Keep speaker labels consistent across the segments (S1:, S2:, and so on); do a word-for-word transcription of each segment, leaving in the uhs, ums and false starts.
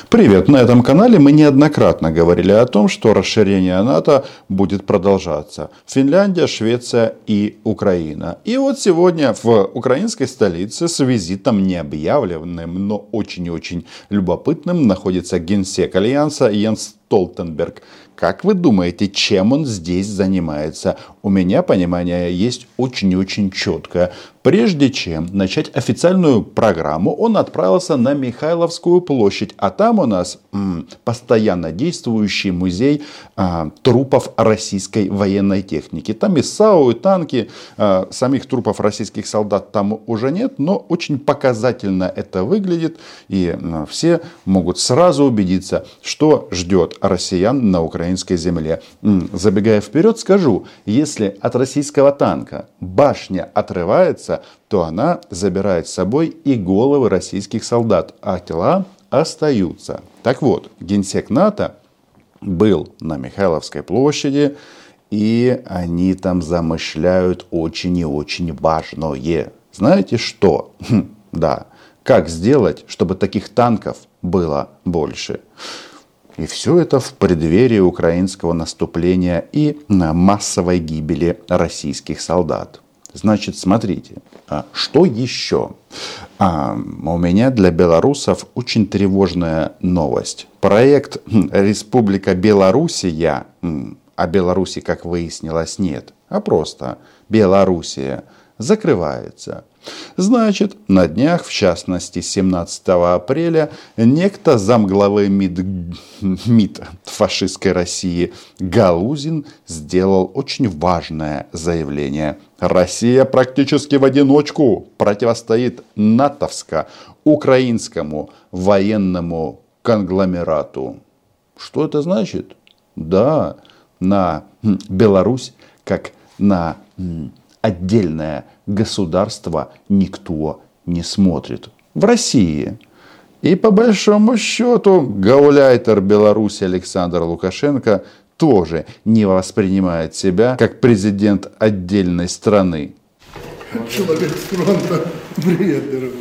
S1: Привет! На этом канале мы неоднократно говорили о том, что расширение НАТО будет продолжаться. Финляндия, Швеция и Украина. И вот сегодня в украинской столице с визитом необъявленным, но очень и очень любопытным находится генсек Альянса Йенс Столтенберг. Как вы думаете, чем он здесь занимается? У меня понимание есть очень и очень четкое. Прежде чем начать официальную программу, он отправился на Михайловскую площадь. А там у нас м, постоянно действующий музей а, трупов российской военной техники. Там и САУ, и танки. А, самих трупов российских солдат там уже нет. Но очень показательно это выглядит. И а, все могут сразу убедиться, что ждет россиян на украинской земле. М, забегая вперед, скажу, если от российского танка башня отрывается, то она забирает с собой и головы российских солдат, а тела остаются. Так вот, генсек НАТО был на Михайловской площади, и они там замышляют очень и очень важное. Знаете что? Хм, да, как сделать, чтобы таких танков было больше? И все это в преддверии украинского наступления и массовой гибели российских солдат. Значит, смотрите, что еще? А, у меня для белорусов очень тревожная новость. Проект «Республика Белоруссия», а Беларуси, как выяснилось, нет, а просто Белоруссия, закрывается. Значит, на днях, в частности семнадцатого апреля, некто замглавы МИД, МИД фашистской России Галузин сделал очень важное заявление. Россия практически в одиночку противостоит натовско-украинскому военному конгломерату. Что это значит? Да, на Беларусь, как на отдельное государство, никто не смотрит. В России. И по большому счету гауляйтер Беларуси Александр Лукашенко тоже не воспринимает себя как президент отдельной страны.
S2: Человек с фронта. Привет, дорогой.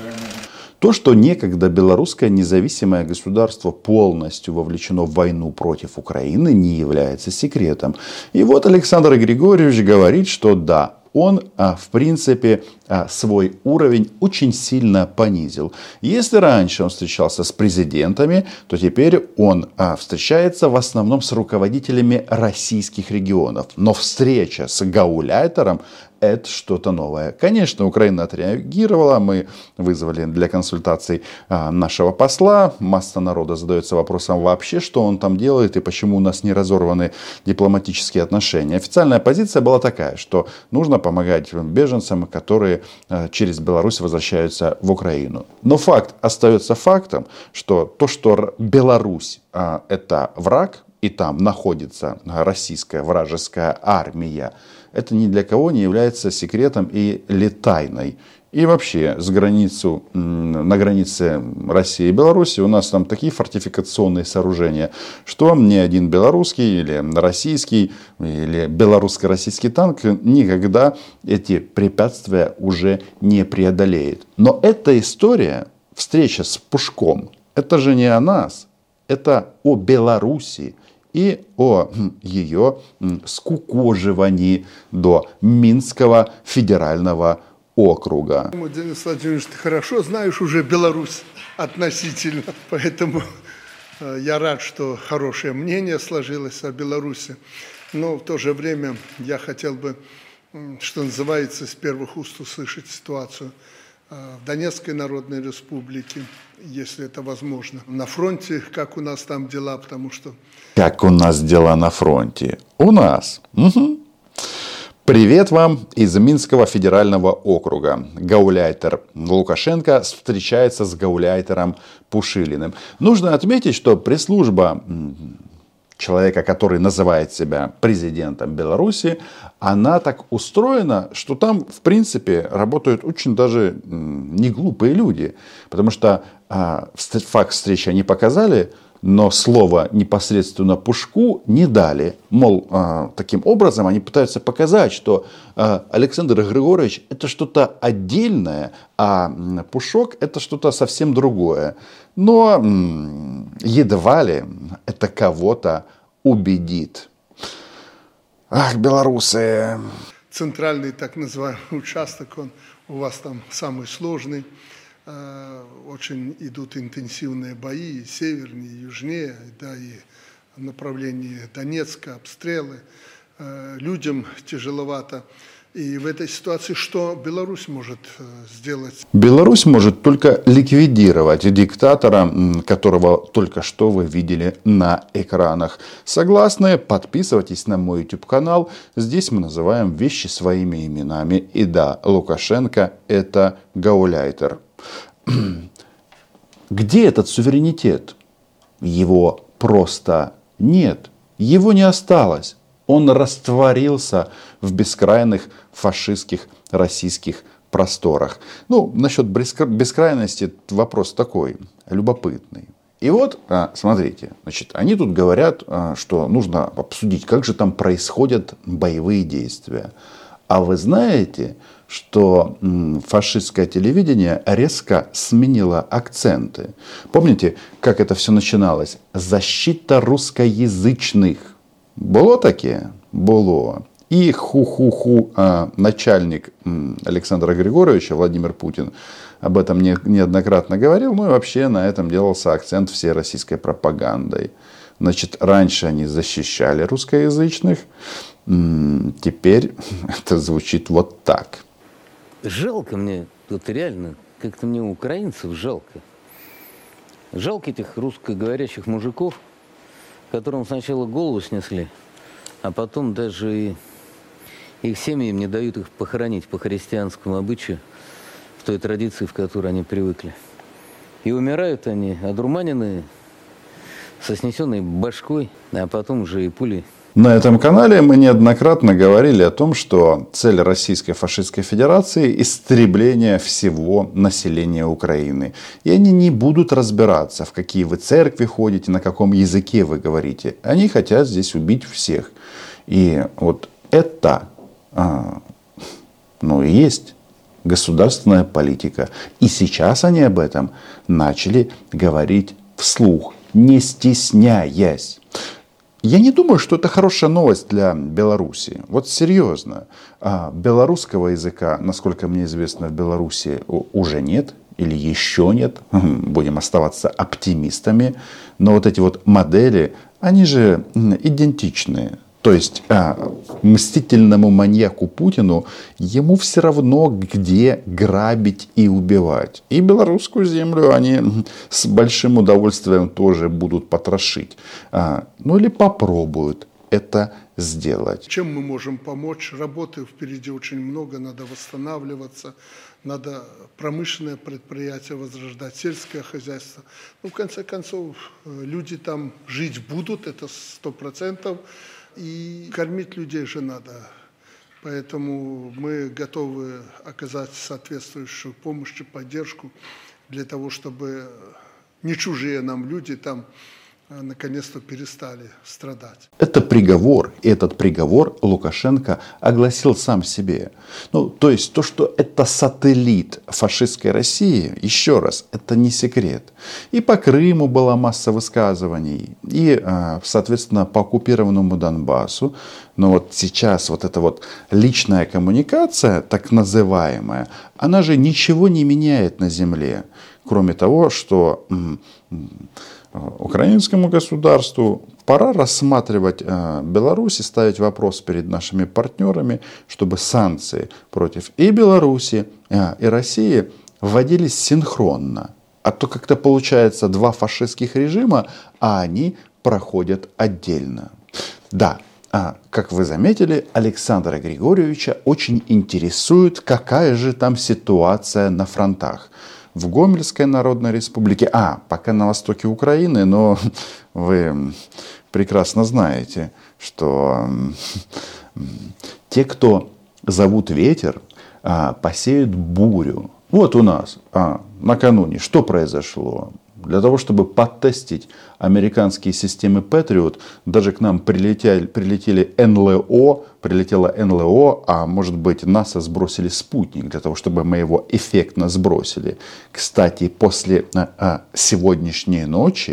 S1: То, что некогда белорусское независимое государство полностью вовлечено в войну против Украины, не является секретом. И вот Александр Григорьевич говорит, что да, он, в принципе, свой уровень очень сильно понизил. Если раньше он встречался с президентами, то теперь он встречается в основном с руководителями российских регионов. Но встреча с гауляйтером — это что-то новое. Конечно, Украина отреагировала. Мы вызвали для консультаций нашего посла. Масса народа задается вопросом вообще, что он там делает и почему у нас не разорваны дипломатические отношения. Официальная позиция была такая, что нужно помогать беженцам, которые через Беларусь возвращаются в Украину. Но факт остается фактом, что то, что Беларусь это враг, и там находится российская вражеская армия, это ни для кого не является секретом или тайной. И вообще, с границу, на границе России и Беларуси у нас там такие фортификационные сооружения, что ни один белорусский или российский или белорусско-российский танк никогда эти препятствия уже не преодолеет. Но эта история, встреча с Пушком, это же не о нас, это о Беларуси и о ее скукоживании до Минского федерального округа.
S2: Денис Владимирович, ты хорошо знаешь уже Беларусь относительно, поэтому я рад, что хорошее мнение сложилось о Беларуси. Но в то же время я хотел бы, что называется, с первых уст услышать ситуацию в Донецкой Народной Республике, если это возможно. На фронте, как у нас там дела, потому что...
S1: Как у нас дела на фронте? У нас. Угу. Привет вам из Минского федерального округа. Гауляйтер Лукашенко встречается с гауляйтером Пушилиным. Нужно отметить, что пресс-служба человека, который называет себя президентом Беларуси, она так устроена, что там, в принципе, работают очень даже не глупые люди. Потому что а, факт встречи они показали, но слово непосредственно Пушку не дали. Мол, а, таким образом они пытаются показать, что а, Александр Григорьевич это что-то отдельное, а Пушок это что-то совсем другое. Но едва ли это кого-то убедит. Ах, белорусы!
S2: Центральный так называемый участок, он у вас там самый сложный. Очень идут интенсивные бои, и севернее, и южнее, да, и в направлении Донецка, обстрелы. Людям тяжеловато. И в этой ситуации что Беларусь может сделать?
S1: Беларусь может только ликвидировать диктатора, которого только что вы видели на экранах. Согласны? Подписывайтесь на мой YouTube-канал. Здесь мы называем вещи своими именами. И да, Лукашенко – это гауляйтер. Где этот суверенитет? Его просто нет. Его не осталось. Он растворился в бескрайних фашистских российских просторах. Ну, насчет бескрайности вопрос такой, любопытный. И вот, смотрите, значит, они тут говорят, что нужно обсудить, как же там происходят боевые действия. А вы знаете, что фашистское телевидение резко сменило акценты? Помните, как это все начиналось? Защита русскоязычных. Было таке? Было. И ху-ху-ху а, начальник Александра Григорьевича, Владимир Путин, об этом не, неоднократно говорил. Ну и вообще на этом делался акцент всей российской пропагандой. Значит, раньше они защищали русскоязычных. Теперь это звучит вот так.
S3: Жалко мне, вот реально, как-то мне украинцев жалко. Жалко этих русскоговорящих мужиков, которым сначала голову снесли, а потом даже и их семьям не дают их похоронить по христианскому обычаю, в той традиции, в которой они привыкли. И умирают они одурманенные, со снесенной башкой, а потом уже и пулей.
S1: На этом канале мы неоднократно говорили о том, что цель Российской фашистской Федерации – истребление всего населения Украины. И они не будут разбираться, в какие вы церкви ходите, на каком языке вы говорите. Они хотят здесь убить всех. И вот это, а, ну, и есть государственная политика. И сейчас они об этом начали говорить вслух, не стесняясь. Я не думаю, что это хорошая новость для Беларуси. Вот серьезно. Белорусского языка, насколько мне известно, в Беларуси уже нет. Или еще нет. Будем оставаться оптимистами. Но вот эти вот модели, они же идентичны. То есть мстительному маньяку Путину ему все равно, где грабить и убивать. И белорусскую землю они с большим удовольствием тоже будут потрошить. Ну или попробуют это сделать.
S2: Чем мы можем помочь? Работы впереди очень много, надо восстанавливаться, надо промышленное предприятие возрождать, сельское хозяйство. Ну, в конце концов, люди там жить будут, это сто процентов. И кормить людей же надо. Поэтому мы готовы оказать соответствующую помощь и поддержку для того, чтобы не чужие нам люди там наконец-то перестали страдать.
S1: Это приговор. И этот приговор Лукашенко огласил сам себе. Ну, то есть то, что это сателлит фашистской России, еще раз, это не секрет. И по Крыму была масса высказываний. И, соответственно, по оккупированному Донбассу. Но вот сейчас вот эта вот личная коммуникация, так называемая, она же ничего не меняет на земле. Кроме того, что украинскому государству пора рассматривать э, Беларусь и ставить вопрос перед нашими партнерами, чтобы санкции против и Беларуси, э, и России вводились синхронно. А то как-то получается два фашистских режима, а они проходят отдельно. Да, а, как вы заметили, Александра Григорьевича очень интересует, какая же там ситуация на фронтах. В Гомельской Народной Республике, а, пока на востоке Украины, но вы прекрасно знаете, что те, кто зовут ветер, посеют бурю. Вот у нас а, накануне что произошло? Для того, чтобы подтестить американские системы Patriot, даже к нам прилетели, прилетели эн эл о, прилетело эн эл о, а может быть НАСА сбросили спутник, для того, чтобы мы его эффектно сбросили. Кстати, после а, сегодняшней ночи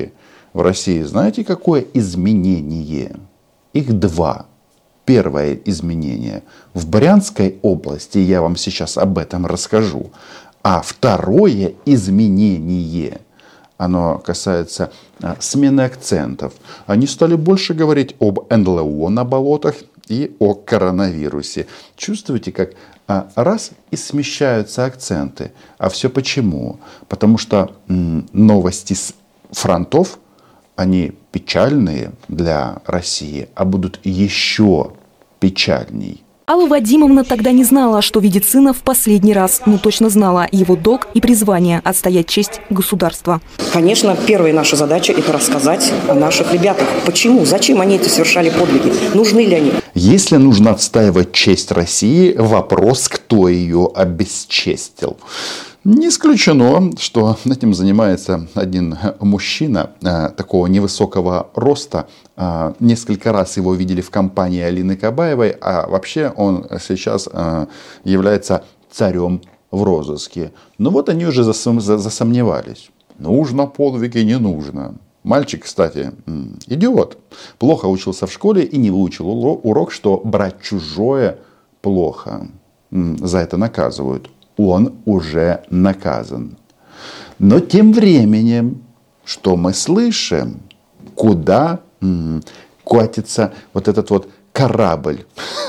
S1: в России, знаете, какое изменение? Их два. Первое изменение в Брянской области, я вам сейчас об этом расскажу. А второе изменение, оно касается а, смены акцентов. Они стали больше говорить об эн эл о на болотах и о коронавирусе. Чувствуете, как а, раз и смещаются акценты. А все почему? Потому что м, новости с фронтов, они печальные для России, а будут еще печальней.
S4: Алла Вадимовна тогда не знала, что видит сына в последний раз, но точно знала его долг и призвание отстоять честь государства.
S5: Конечно, первая наша задача – это рассказать о наших ребятах. Почему? Зачем они эти совершали подвиги? Нужны ли они?
S1: Если нужно отстаивать честь России, вопрос, кто ее обесчестил. Не исключено, что этим занимается один мужчина э, такого невысокого роста. Э, несколько раз его видели в компании Алины Кабаевой, а вообще он сейчас э, является царем в розыске. Но вот они уже засом, засомневались. Нужно подвиги, не нужно. Мальчик, кстати, идиот. Плохо учился в школе и не выучил урок, что брать чужое плохо. За это наказывают. Он уже наказан. Но тем временем, что мы слышим, куда м, катится вот этот вот корабль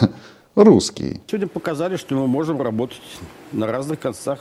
S1: русский.
S6: Сегодня показали, что мы можем работать на разных концах,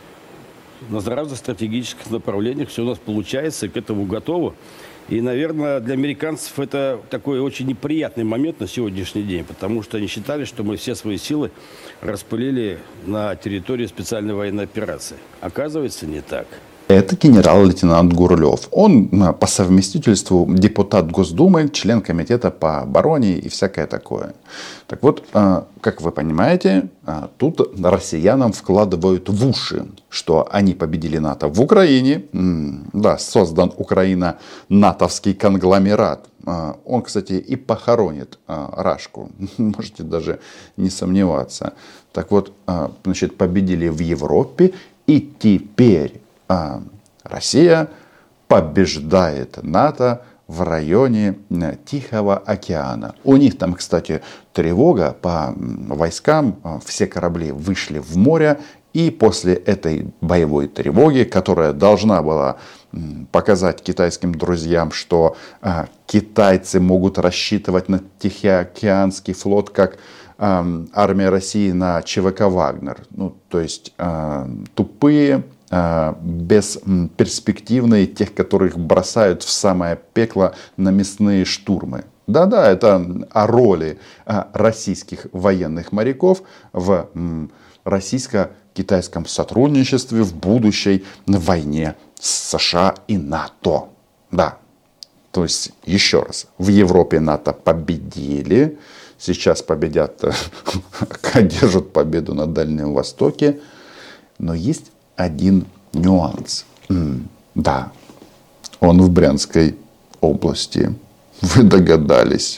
S6: на разных стратегических направлениях. Все у нас получается, к этому готово. И, наверное, для американцев это такой очень неприятный момент на сегодняшний день, потому что они считали, что мы все свои силы распылили на территории специальной военной операции. Оказывается, не так.
S1: Это генерал-лейтенант Гурлев. Он по совместительству депутат Госдумы, член комитета по обороне и всякое такое. Так вот, как вы понимаете, тут россиянам вкладывают в уши, что они победили НАТО в Украине. Да, создан Украина-натовский конгломерат. Он, кстати, и похоронит Рашку. Можете даже не сомневаться. Так вот, значит, победили в Европе, и теперь А Россия побеждает НАТО в районе Тихого океана. У них там, кстати, тревога по войскам. Все корабли вышли в море. И после этой боевой тревоги, которая должна была показать китайским друзьям, что а, китайцы могут рассчитывать на Тихоокеанский флот, как а, армия России на ЧВК «Вагнер». Ну, то есть а, тупые, бесперспективные, тех, которых бросают в самое пекло на мясные штурмы. Да-да, это о роли российских военных моряков в российско-китайском сотрудничестве в будущей войне с США и НАТО. Да, то есть, еще раз, в Европе НАТО победили, сейчас победят, одержат победу на Дальнем Востоке, но есть один нюанс. М, да, он в Брянской области. Вы догадались.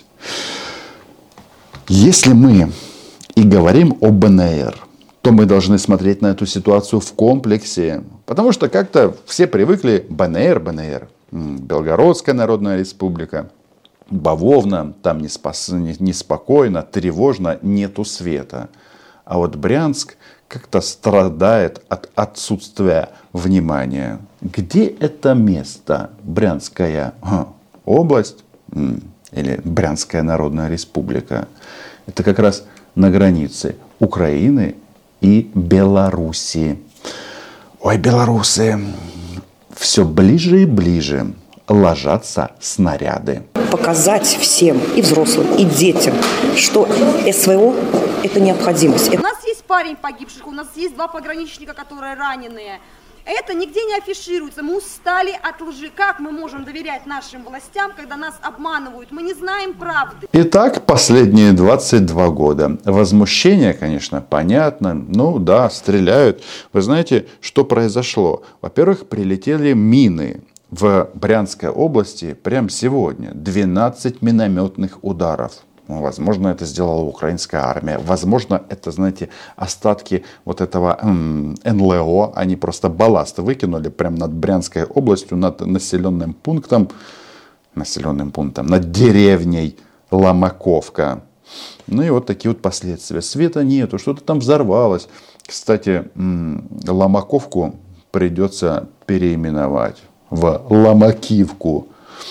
S1: Если мы и говорим о бэ эн эр, то мы должны смотреть на эту ситуацию в комплексе. Потому что как-то все привыкли бэ эн эр, бэ эн эр. Белгородская Народная Республика. Бавовна, там неспокойно, тревожно, нету света. А вот Брянск как-то страдает от отсутствия внимания. Где это место? Брянская область или Брянская Народная Республика? Это как раз на границе Украины и Белоруссии. Ой, белорусы, все ближе и ближе ложатся снаряды.
S5: Показать всем, и взрослым, и детям, что эс вэ о – это необходимость.
S7: У нас есть парень погибших, у нас есть два пограничника, которые раненые. Это нигде не афишируется. Мы устали от лжи. Как мы можем доверять нашим властям, когда нас обманывают? Мы не знаем правды.
S1: Итак, последние двадцать два года. Возмущение, конечно, понятно. Ну да, стреляют. Вы знаете, что произошло? Во-первых, прилетели мины в Брянской области прямо сегодня. двенадцать минометных ударов. Возможно, это сделала украинская армия. Возможно, это, знаете, остатки вот этого эн эл о. Они просто балласт выкинули прямо над Брянской областью, над населенным пунктом. населенным пунктом, над деревней Ломаковка. Ну и вот такие вот последствия. Света нету, что-то там взорвалось. Кстати, Ломаковку придется переименовать в Ломакивку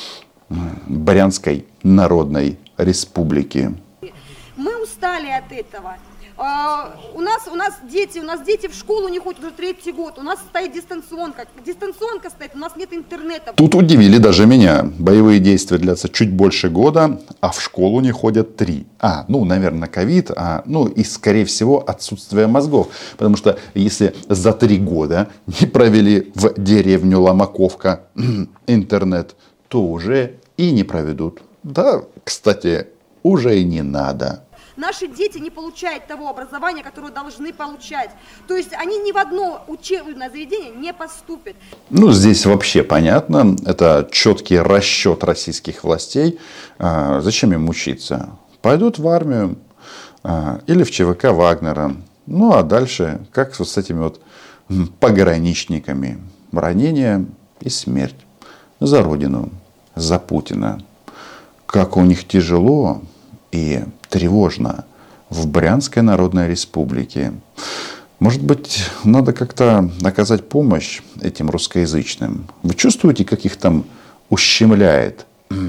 S1: Брянской Народной Республики.
S7: Мы устали от этого. Uh, у нас, у нас дети, у нас дети в школу не ходят уже третий год. У нас стоит дистанционка. Дистанционка стоит, у нас нет интернета.
S1: Тут удивили даже меня. Боевые действия длятся чуть больше года, а в школу не ходят три. А, ну, наверное, ковид, а, ну и, скорее всего, отсутствие мозгов. Потому что если за три года не провели в деревню Ломаковка интернет, то уже и не проведут. Да, кстати, уже и не надо.
S7: Наши дети не получают того образования, которое должны получать. То есть они ни в одно учебное заведение не поступят.
S1: Ну, здесь вообще понятно. Это четкий расчет российских властей. А, зачем им учиться? Пойдут в армию а, или в ЧВК Вагнера. Ну, а дальше, как с этими вот пограничниками. Ранение и смерть. За Родину, за Путина. Как у них тяжело и тревожно в Брянской Народной Республике. Может быть, надо как-то оказать помощь этим русскоязычным. Вы чувствуете, как их там ущемляет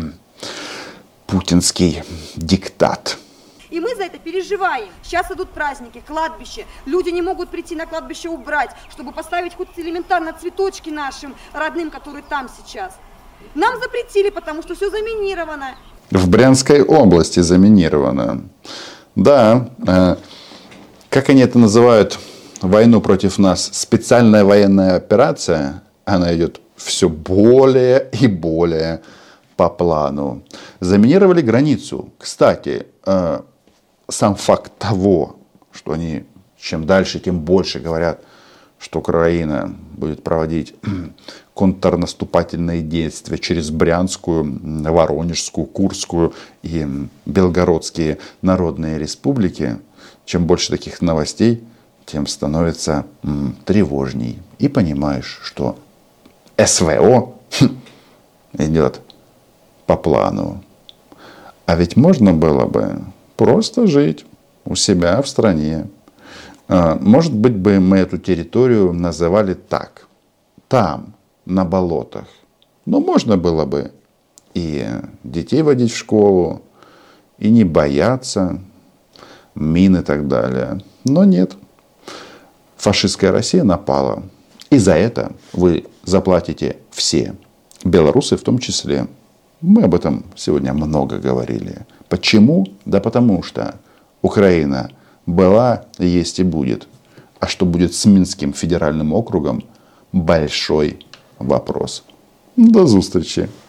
S1: путинский диктат?
S7: И мы за это переживаем. Сейчас идут праздники, кладбище. Люди не могут прийти на кладбище убрать, чтобы поставить хоть элементарно цветочки нашим родным, которые там сейчас. Нам запретили, потому что все заминировано.
S1: В Брянской области заминировано. Да, э, как они это называют, войну против нас, специальная военная операция, она идет все более и более по плану. Заминировали границу. Кстати, э, сам факт того, что они чем дальше, тем больше говорят, что Украина будет проводить контрнаступательные действия через Брянскую, Воронежскую, Курскую и Белгородские народные республики. Чем больше таких новостей, тем становится м, тревожней. И понимаешь, что СВО идет по плану. А ведь можно было бы просто жить у себя в стране. Может быть, бы мы эту территорию называли так. Там, на болотах. Но можно было бы и детей водить в школу, и не бояться мин и так далее. Но нет. Фашистская Россия напала. И за это вы заплатите все. Белорусы в том числе. Мы об этом сегодня много говорили. Почему? Да потому что Украина была, есть и будет. А что будет с Минским федеральным округом? Большой вопрос. До зустрічі!